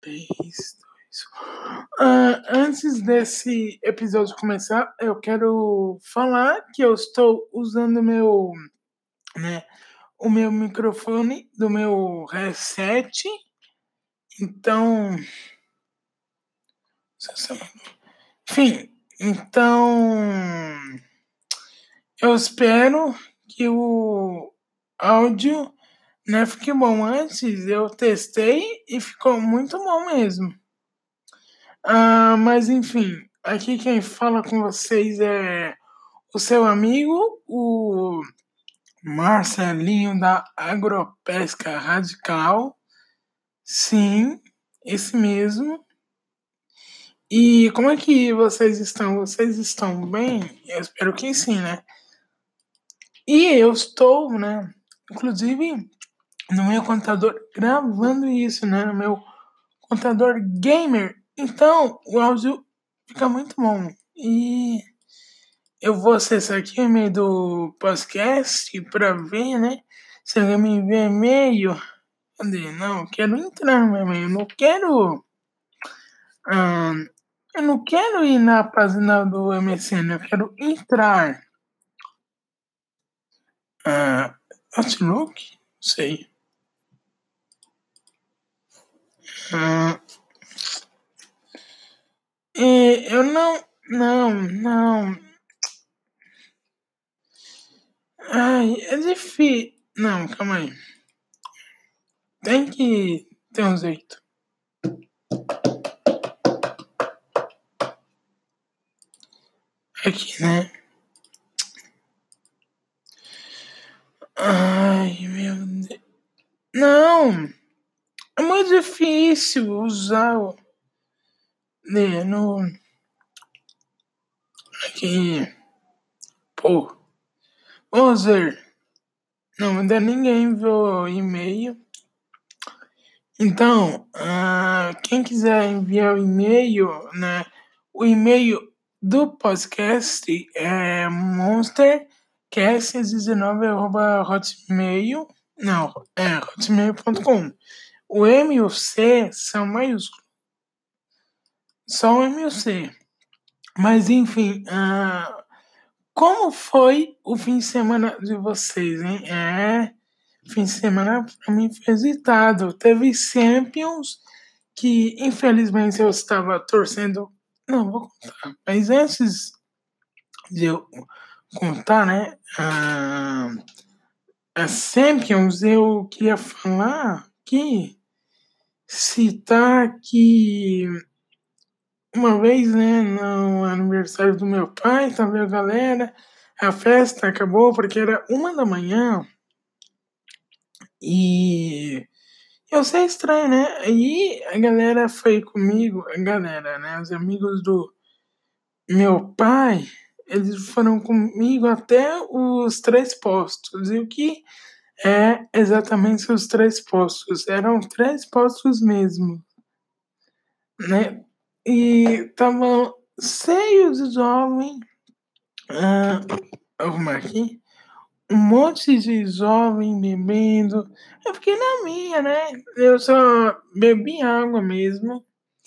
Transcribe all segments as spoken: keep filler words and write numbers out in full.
três, dois, uh, antes desse episódio começar, eu quero falar que eu estou usando meu, né, o meu microfone do meu headset. Então, enfim, então eu espero que o áudio, né, fique bom. Antes eu testei e ficou muito bom mesmo. Ah, mas enfim, aqui quem fala com vocês é o seu amigo, o Marcelinho da Agropesca Radical. Sim, esse mesmo. E como é que vocês estão? Vocês estão bem? Eu espero que sim, né? E eu estou, né? Inclusive no meu computador gravando isso, né? No meu computador gamer. Então o áudio fica muito bom. E eu vou acessar aqui o e-mail do podcast para ver, né? Se alguém me envia e-mail. Cadê? Não, eu quero entrar no meu e-mail. Eu não quero. Ah, eu não quero ir na página do M S N. Eu quero entrar. Ah, Outlook? Sei. Ah, e eu não. Não, não. Ai, é difícil. Não, calma aí. Tem que ter um jeito. Aqui, né? Ai, meu Deus. Não! É muito difícil usar o. Né, no. Aqui. Pô. Vamos ver. Não, ainda ninguém enviou e-mail. Então, ah, quem quiser enviar o e-mail, né? O e-mail do podcast é monstercast dezenove arroba hotmail. Não, é hotmail ponto com. O M e o C são maiúsculos. Só o M e o C. Mas enfim, ah, como foi o fim de semana de vocês, hein? É, fim de semana pra mim foi agitado. Teve Champions que infelizmente eu estava torcendo. Não, vou contar. Mas antes de eu contar, né? A, a Champions, eu queria falar que citar que uma vez, né, no aniversário do meu pai, tava a galera, a festa acabou porque era uma da manhã e eu sei estranho, né? Aí a galera foi comigo, a galera, né, os amigos do meu pai, eles foram comigo até os três postos. E o que é exatamente os três postos? Eram três postos mesmo, né? E tava cheio de jovem. Ah, arrumar aqui. Um monte de jovem bebendo. Eu fiquei na minha, né? Eu só bebi água mesmo.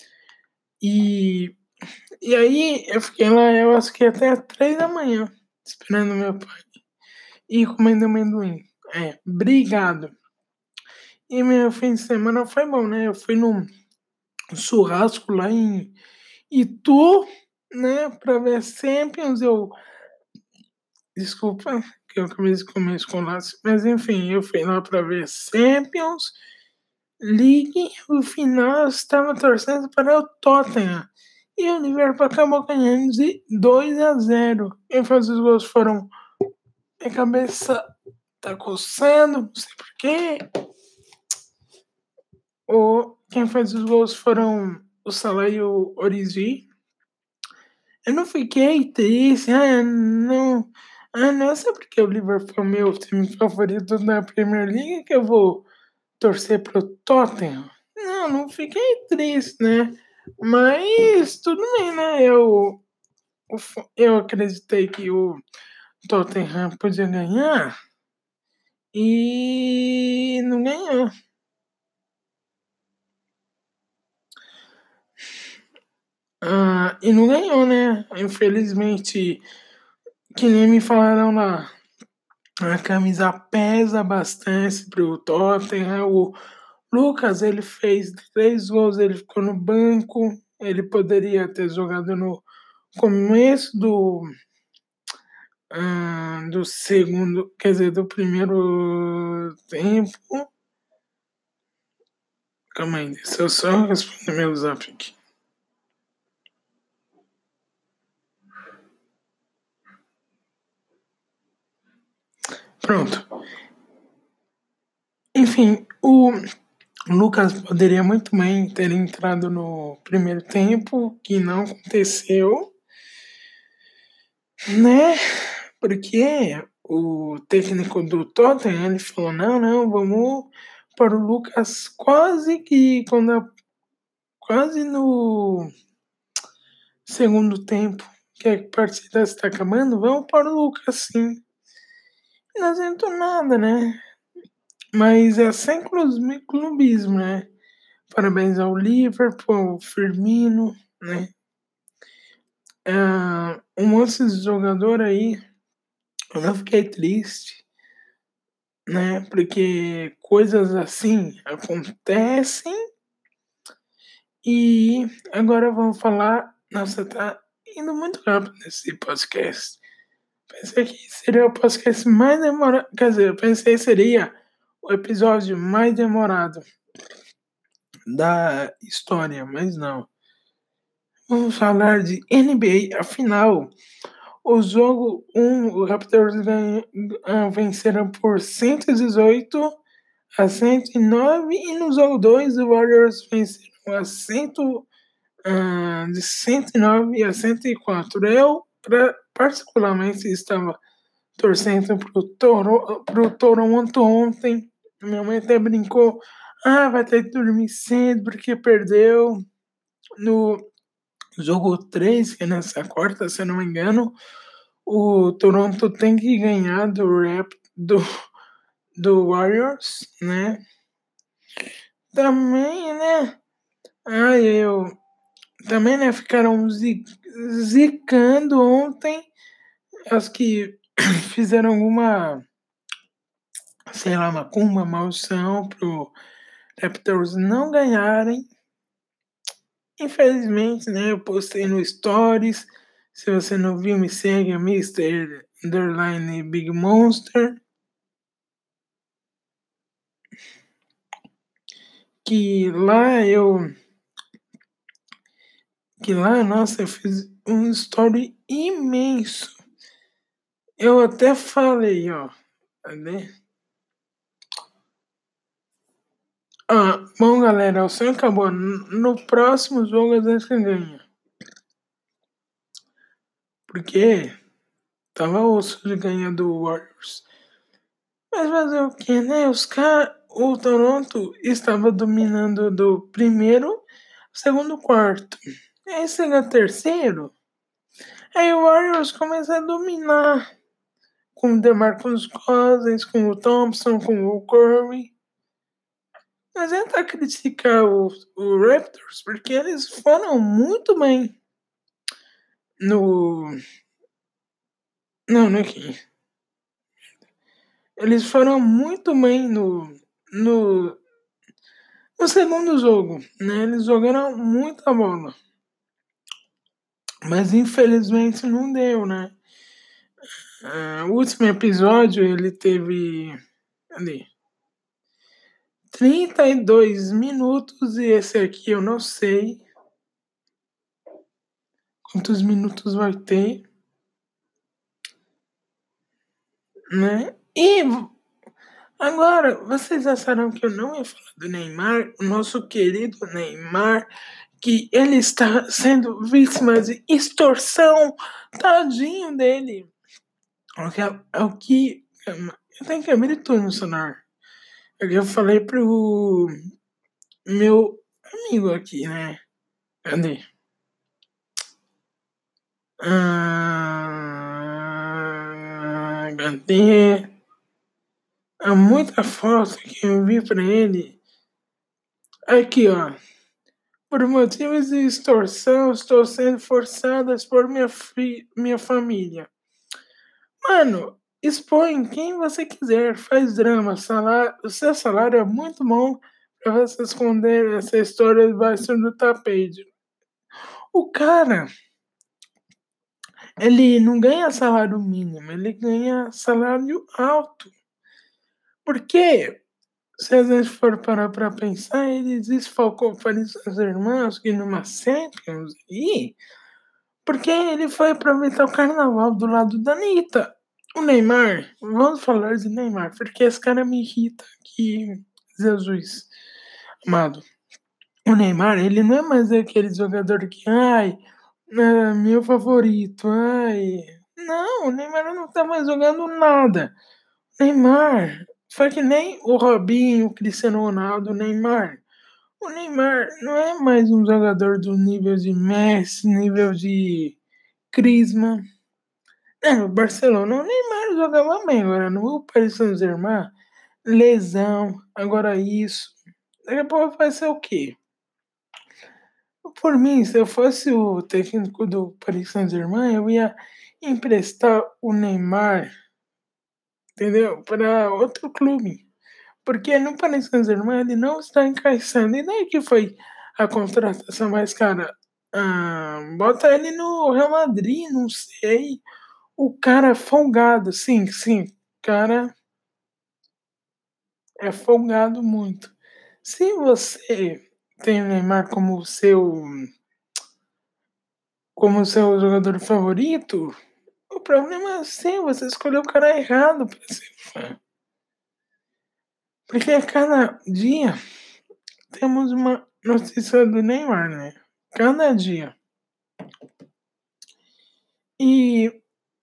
E, e aí eu fiquei lá, eu acho que até três da manhã, esperando meu pai. E comendo amendoim. É, obrigado. E meu fim de semana foi bom, né? Eu fui num churrasco lá em Itu, né? Pra ver Champions. Eu Desculpa, que eu acabei de comer chocolate, mas enfim, eu fui lá para ver Champions League. No final, eu estava torcendo para o Tottenham. E o Liverpool acabou ganhando de dois a zero. Quem fez os gols foram. Minha cabeça tá coçando, não sei porquê. O, quem fez os gols foram o Salah e o Origi. Eu não fiquei triste, ah, não. Ah, não, é só porque o Liverpool é meu time favorito na Premier League que eu vou torcer pro Tottenham. Não, não fiquei triste, né? Mas tudo bem, né? Eu, eu acreditei que o Tottenham podia ganhar e não ganhou. Ah, e não ganhou, né? Infelizmente, que nem me falaram lá. A camisa pesa bastante pro Tottenham. O Lucas, ele fez três gols, ele ficou no banco. Ele poderia ter jogado no começo do, ah, do segundo, quer dizer, do primeiro tempo. Calma aí, deixa eu só responder meu zap aqui. Pronto. Enfim, o Lucas poderia muito bem ter entrado no primeiro tempo, que não aconteceu, né? Porque o técnico do Tottenham ele falou: não, não, vamos para o Lucas quase que quando a- quase no segundo tempo, que a partida está acabando, vamos para o Lucas sim. E não adiantou nada, né? Mas é sem clubismo, clubismo, né? Parabéns ao Liverpool, ao Firmino, né? Ah, um monte de jogador aí, eu não fiquei triste, né? Porque coisas assim acontecem e agora vamos falar. Nossa, tá indo muito rápido nesse podcast. Pensei que seria o podcast mais demorado. Quer dizer, eu pensei que seria o episódio mais demorado da história, mas não. Vamos falar de N B A, afinal. O jogo um, o Raptors ganha, ah, venceram por cento e dezoito a cento e nove e no jogo dois o Warriors venceram a cem, ah, de cento e nove a cento e quatro. Eu, pra, particularmente, estava torcendo pro, Toro, pro Toronto ontem. Minha mãe até brincou, ah, vai ter que dormir cedo porque perdeu no jogo três, que é nessa quarta, se eu não me engano. O Toronto tem que ganhar do Rap do, do Warriors, né? Também, né? Ah, eu também, né? Ficaram zi- zicando ontem. Acho que fizeram alguma, sei lá, uma uma maldição pro Raptors não ganharem. Infelizmente, né? Eu postei no Stories. Se você não viu, me segue, mister Underline Big Monster. Que lá eu que lá, nossa, eu fiz um story imenso. Eu até falei, ó. Cadê? Ah, bom, galera, o sonho acabou. No próximo jogo a gente ganha. Porque tava osso de ganhar do Warriors. Mas fazer o que, né? Os caras. O Toronto estava dominando do primeiro, segundo quarto. Aí chega terceiro. Aí o Warriors começa a dominar. Com o DeMarcus Cousins, com o Thompson, com o Curry. Mas é pra criticar o, o Raptors, porque eles foram muito bem no. Não, não é que. Eles foram muito bem no, no, no segundo jogo, né? Eles jogaram muita bola. Mas infelizmente não deu, né? Ah, o último episódio ele teve. Ali. trinta e dois minutos e esse aqui eu não sei quantos minutos vai ter, né? E agora, vocês acharam que eu não ia falar do Neymar, o nosso querido Neymar, que ele está sendo vítima de extorsão, tadinho dele. É o que, é o que eu tenho que abrir tudo no celular. É o que eu falei pro meu amigo aqui, né? Cadê? Ah, cadê? Há muita foto que eu vi pra ele. Aqui, ó. Por motivos de extorsão, estou sendo forçadas por minha, fi- minha família. Mano, expõe quem você quiser, faz drama, salário, o seu salário é muito bom pra você esconder essa história debaixo do tapete. O cara, ele não ganha salário mínimo, ele ganha salário alto. Porque, se a gente for parar pra pensar, ele desfalcou o Paris Saint-Germain, acho que numa Champions, e porque ele foi aproveitar o carnaval do lado da Anitta. O Neymar, vamos falar de Neymar, porque esse cara me irrita que Jesus amado. O Neymar, ele não é mais aquele jogador que, ai, é meu favorito, ai. Não, o Neymar não tá mais jogando nada. Neymar, foi que nem o Robinho, o Cristiano Ronaldo, o Neymar. O Neymar não é mais um jogador do nível de Messi, nível de Crisma. É, o Barcelona, o Neymar jogava bem, agora no Paris Saint-Germain, lesão, agora isso. Daqui a pouco vai ser o quê? Por mim, se eu fosse o técnico do Paris Saint-Germain, eu ia emprestar o Neymar, entendeu? Para outro clube. Porque no Paris Saint-Germain ele não está encaixando. E daí que foi a contratação mais cara? Ah, bota ele no Real Madrid, não sei. O cara é folgado, sim, sim. O cara é folgado muito. Se você tem o Neymar como seu como seu jogador favorito, o problema é seu, você escolheu o cara errado para ser fã. Porque a cada dia temos uma notícia do Neymar, né? Cada dia. E,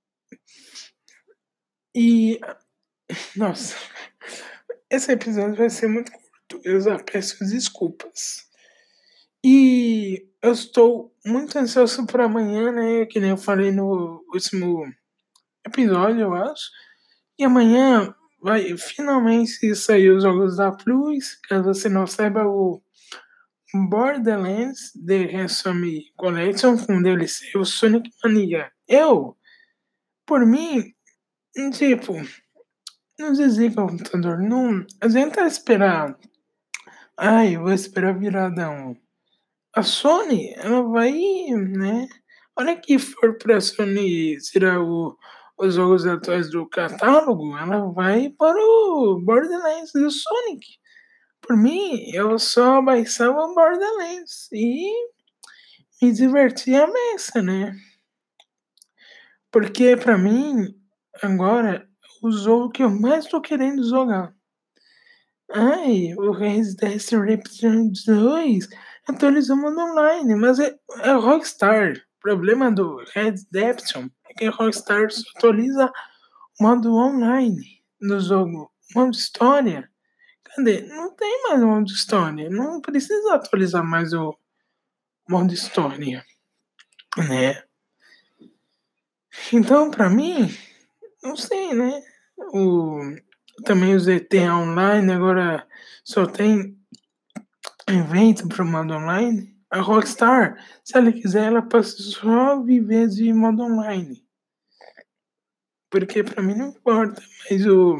e nossa, esse episódio vai ser muito curto. Eu já peço desculpas. E eu estou muito ansioso para amanhã, né? Que nem eu falei no último episódio, eu acho. E amanhã vai finalmente sair os jogos da Plus. Caso você não saiba, o Borderlands The Ransom Collection com D L C, o Sonic Mania. Eu, por mim, tipo, não desliga o computador. Não, a gente tá esperando. Ai, eu vou esperar viradão. A Sony, ela vai, né? Olha que for pra Sony tirar o, os jogos atuais do catálogo, ela vai para o Borderlands do Sonic. Por mim, eu só baixava o Borderlands e me divertia a né? Porque pra mim, agora, o jogo que eu mais tô querendo jogar. Ai, o Red Dead Redemption dois atualizou o modo online, mas é, é Rockstar. O problema do Red Dead Redemption é que a Rockstar só atualiza o modo online do jogo. Modo história, cadê? Não tem mais modo história. Não precisa atualizar mais o modo história, né? Então, pra mim, não sei, né? O, também o Z T A Online agora só tem evento para o modo online. A Rockstar, se ela quiser, ela pode só viver de modo online. Porque pra mim não importa. Mas o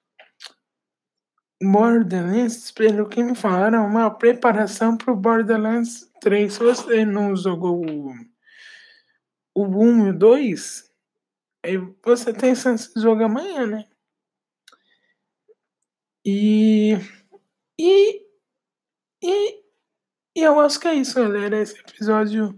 Borderlands, pelo que me falaram, é uma preparação pro Borderlands três. Se você não jogou o, o um e o dois, aí você tem chance de jogar amanhã, né? E, e, e, e eu acho que é isso, galera. Esse episódio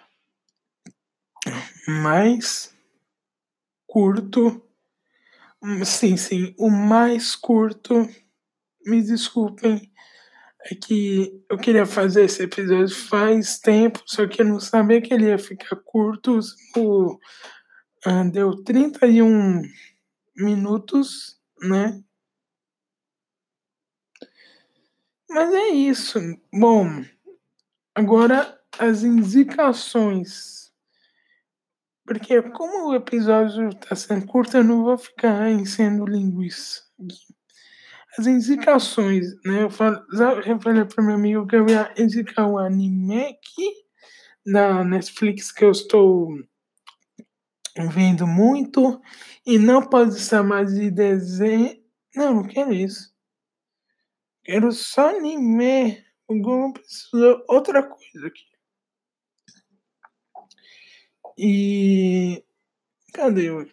mais curto. Sim, sim, o mais curto. Me desculpem, é que eu queria fazer esse episódio faz tempo, só que eu não sabia que ele ia ficar curto. O, ah, deu trinta e um minutos, né? Mas é isso. Bom, agora as indicações. Porque como o episódio está sendo curto, eu não vou ficar enchendo linguiça. as indicações, né, eu falo eu falei para o meu amigo que eu ia indicar um anime aqui na Netflix que eu estou vendo muito, e não pode chamar de desenho não, não quero isso. Quero só anime, o Google precisou outra coisa aqui. E cadê o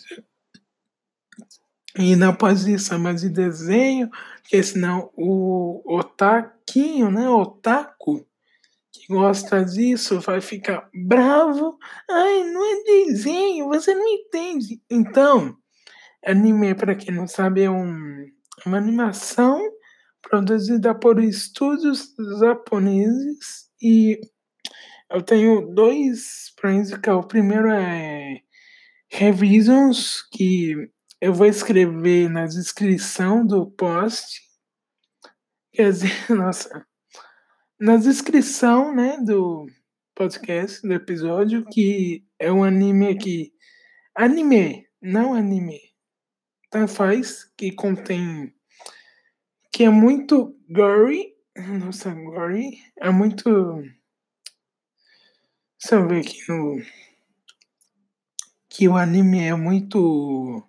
e não pode chamar de desenho, porque senão o otaquinho, né, otaku, que gosta disso vai ficar bravo. "Ai, não é desenho, você não entende". Então, anime, para quem não sabe, é um uma animação produzida por estúdios japoneses e eu tenho dois para indicar. O primeiro é Revisions, que eu vou escrever na descrição do post. Quer dizer, nossa, na descrição, né, do podcast, do episódio, que é um anime que anime, não anime, tanto faz, que contém que é muito gory, nossa, gory, é muito deixa eu ver aqui no que o anime é muito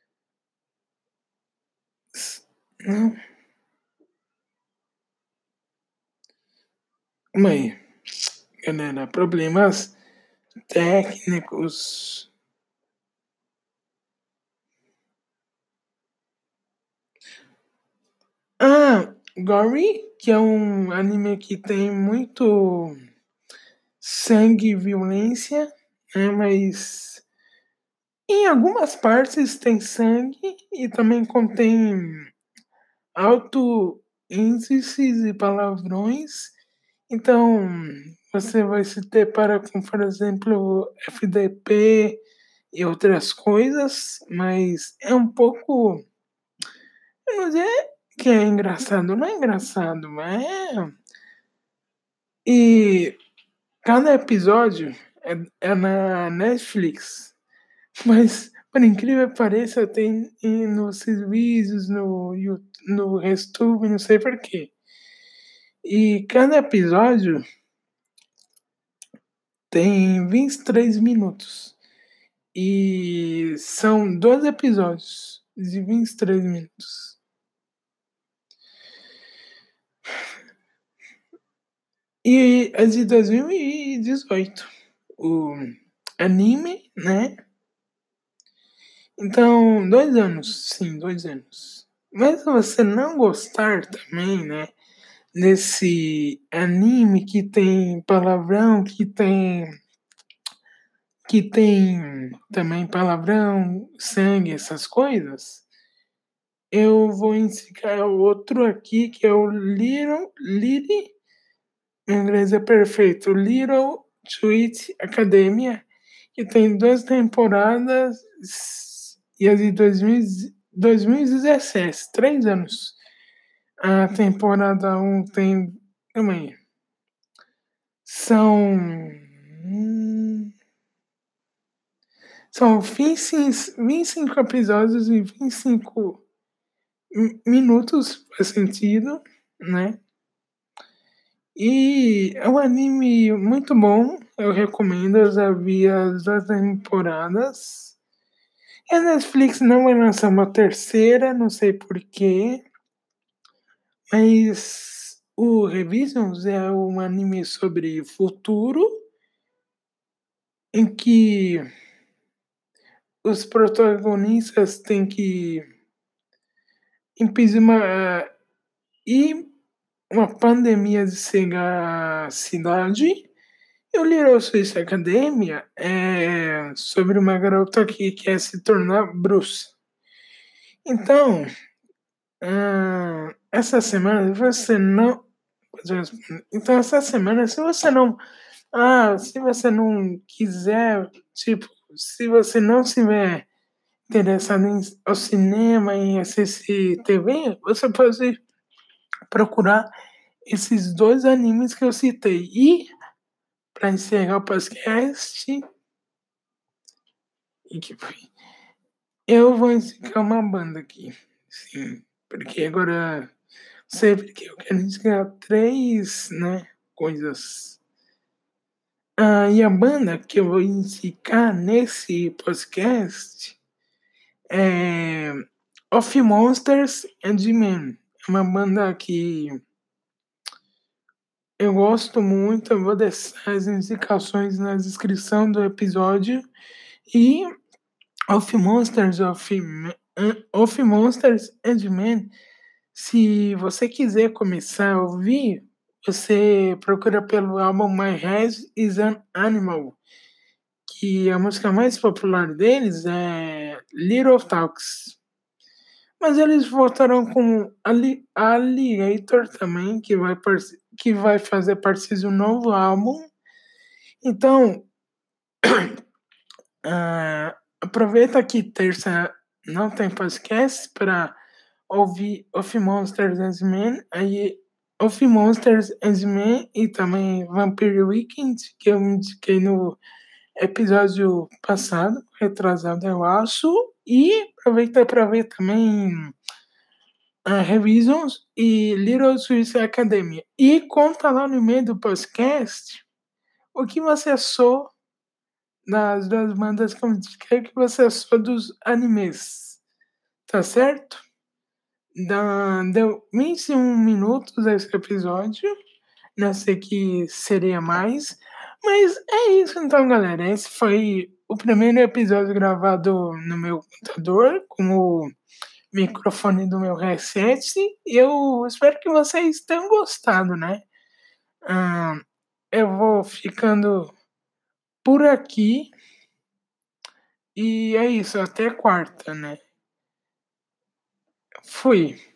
não, calma aí, galera, problemas técnicos. Ah, Gory, que é um anime que tem muito sangue e violência, né, mas em algumas partes tem sangue e também contém alto índices de palavrões, então você vai se deparar com, por exemplo, F D P e outras coisas, mas é um pouco, eu não dizer que é engraçado, não é engraçado, mas é. E cada episódio é, é na Netflix, mas por incrível que pareça tem nos vídeos no You no RedTube, não sei porquê. E cada episódio tem vinte e três minutos. E são doze episódios de vinte e três minutos. E é de dois mil e dezoito, o anime, né? Então, dois anos, sim, dois anos. Mas se você não gostar também, né, desse anime que tem palavrão, que tem que tem também palavrão, sangue, essas coisas, eu vou indicar outro aqui que é o Little Lily, em inglês é perfeito, Little Tweet Academia, que tem duas temporadas e é de dois mil, dois mil e dezessete, três anos. A temporada um tem. Calma aí. São. hum, São vinte e cinco, vinte e cinco episódios e vinte e cinco mi- minutos, faz sentido, né? E é um anime muito bom, eu recomendo. Eu já vi as duas temporadas. E a Netflix não vai lançar uma terceira, não sei porquê, mas o Revisions é um anime sobre futuro em que os protagonistas têm que impedir uma, e uma pandemia de chegar à cidade. E o Little Swiss Academia é sobre uma garota que quer se tornar bruxa. Então, ah, essa semana, você não. Então, essa semana, se você não. Ah, se você não quiser, tipo, se você não tiver interessado em ao cinema, em assistir T V, você pode procurar esses dois animes que eu citei. E, para encerrar o podcast, e que foi, eu vou indicar uma banda aqui. Sim. porque agora sempre que eu quero indicar três, né, coisas. Ah, e a banda que eu vou indicar nesse podcast é Of Monsters and Men. É uma banda que eu gosto muito, eu vou deixar as indicações na descrição do episódio. E Of Monsters of, Me- of Monsters and Men, se você quiser começar a ouvir, você procura pelo álbum My Head is an Animal, que a música mais popular deles é Little Talks. Mas eles voltaram com Ali- Alligator também, que vai, parce- que vai fazer parte de um novo álbum. Então, ah, aproveita que terça não tem podcast para ouvir Of Monsters and Men, aí Of Monsters and Men e também Vampire Weekend, que eu indiquei no episódio passado, retrasado eu acho, e aproveita para ver também uh, Revisions e Little Swiss Academia. E conta lá no meio do podcast o que você achou das duas bandas que eu indiquei, o que você achou dos animes, tá certo? Da, deu vinte e um minutos esse episódio, não sei que seria mais, mas é isso então, galera. Esse foi o primeiro episódio gravado no meu computador, com o microfone do meu headset. E eu espero que vocês tenham gostado, né? Ah, eu vou ficando por aqui e é isso, até quarta, né? Fui.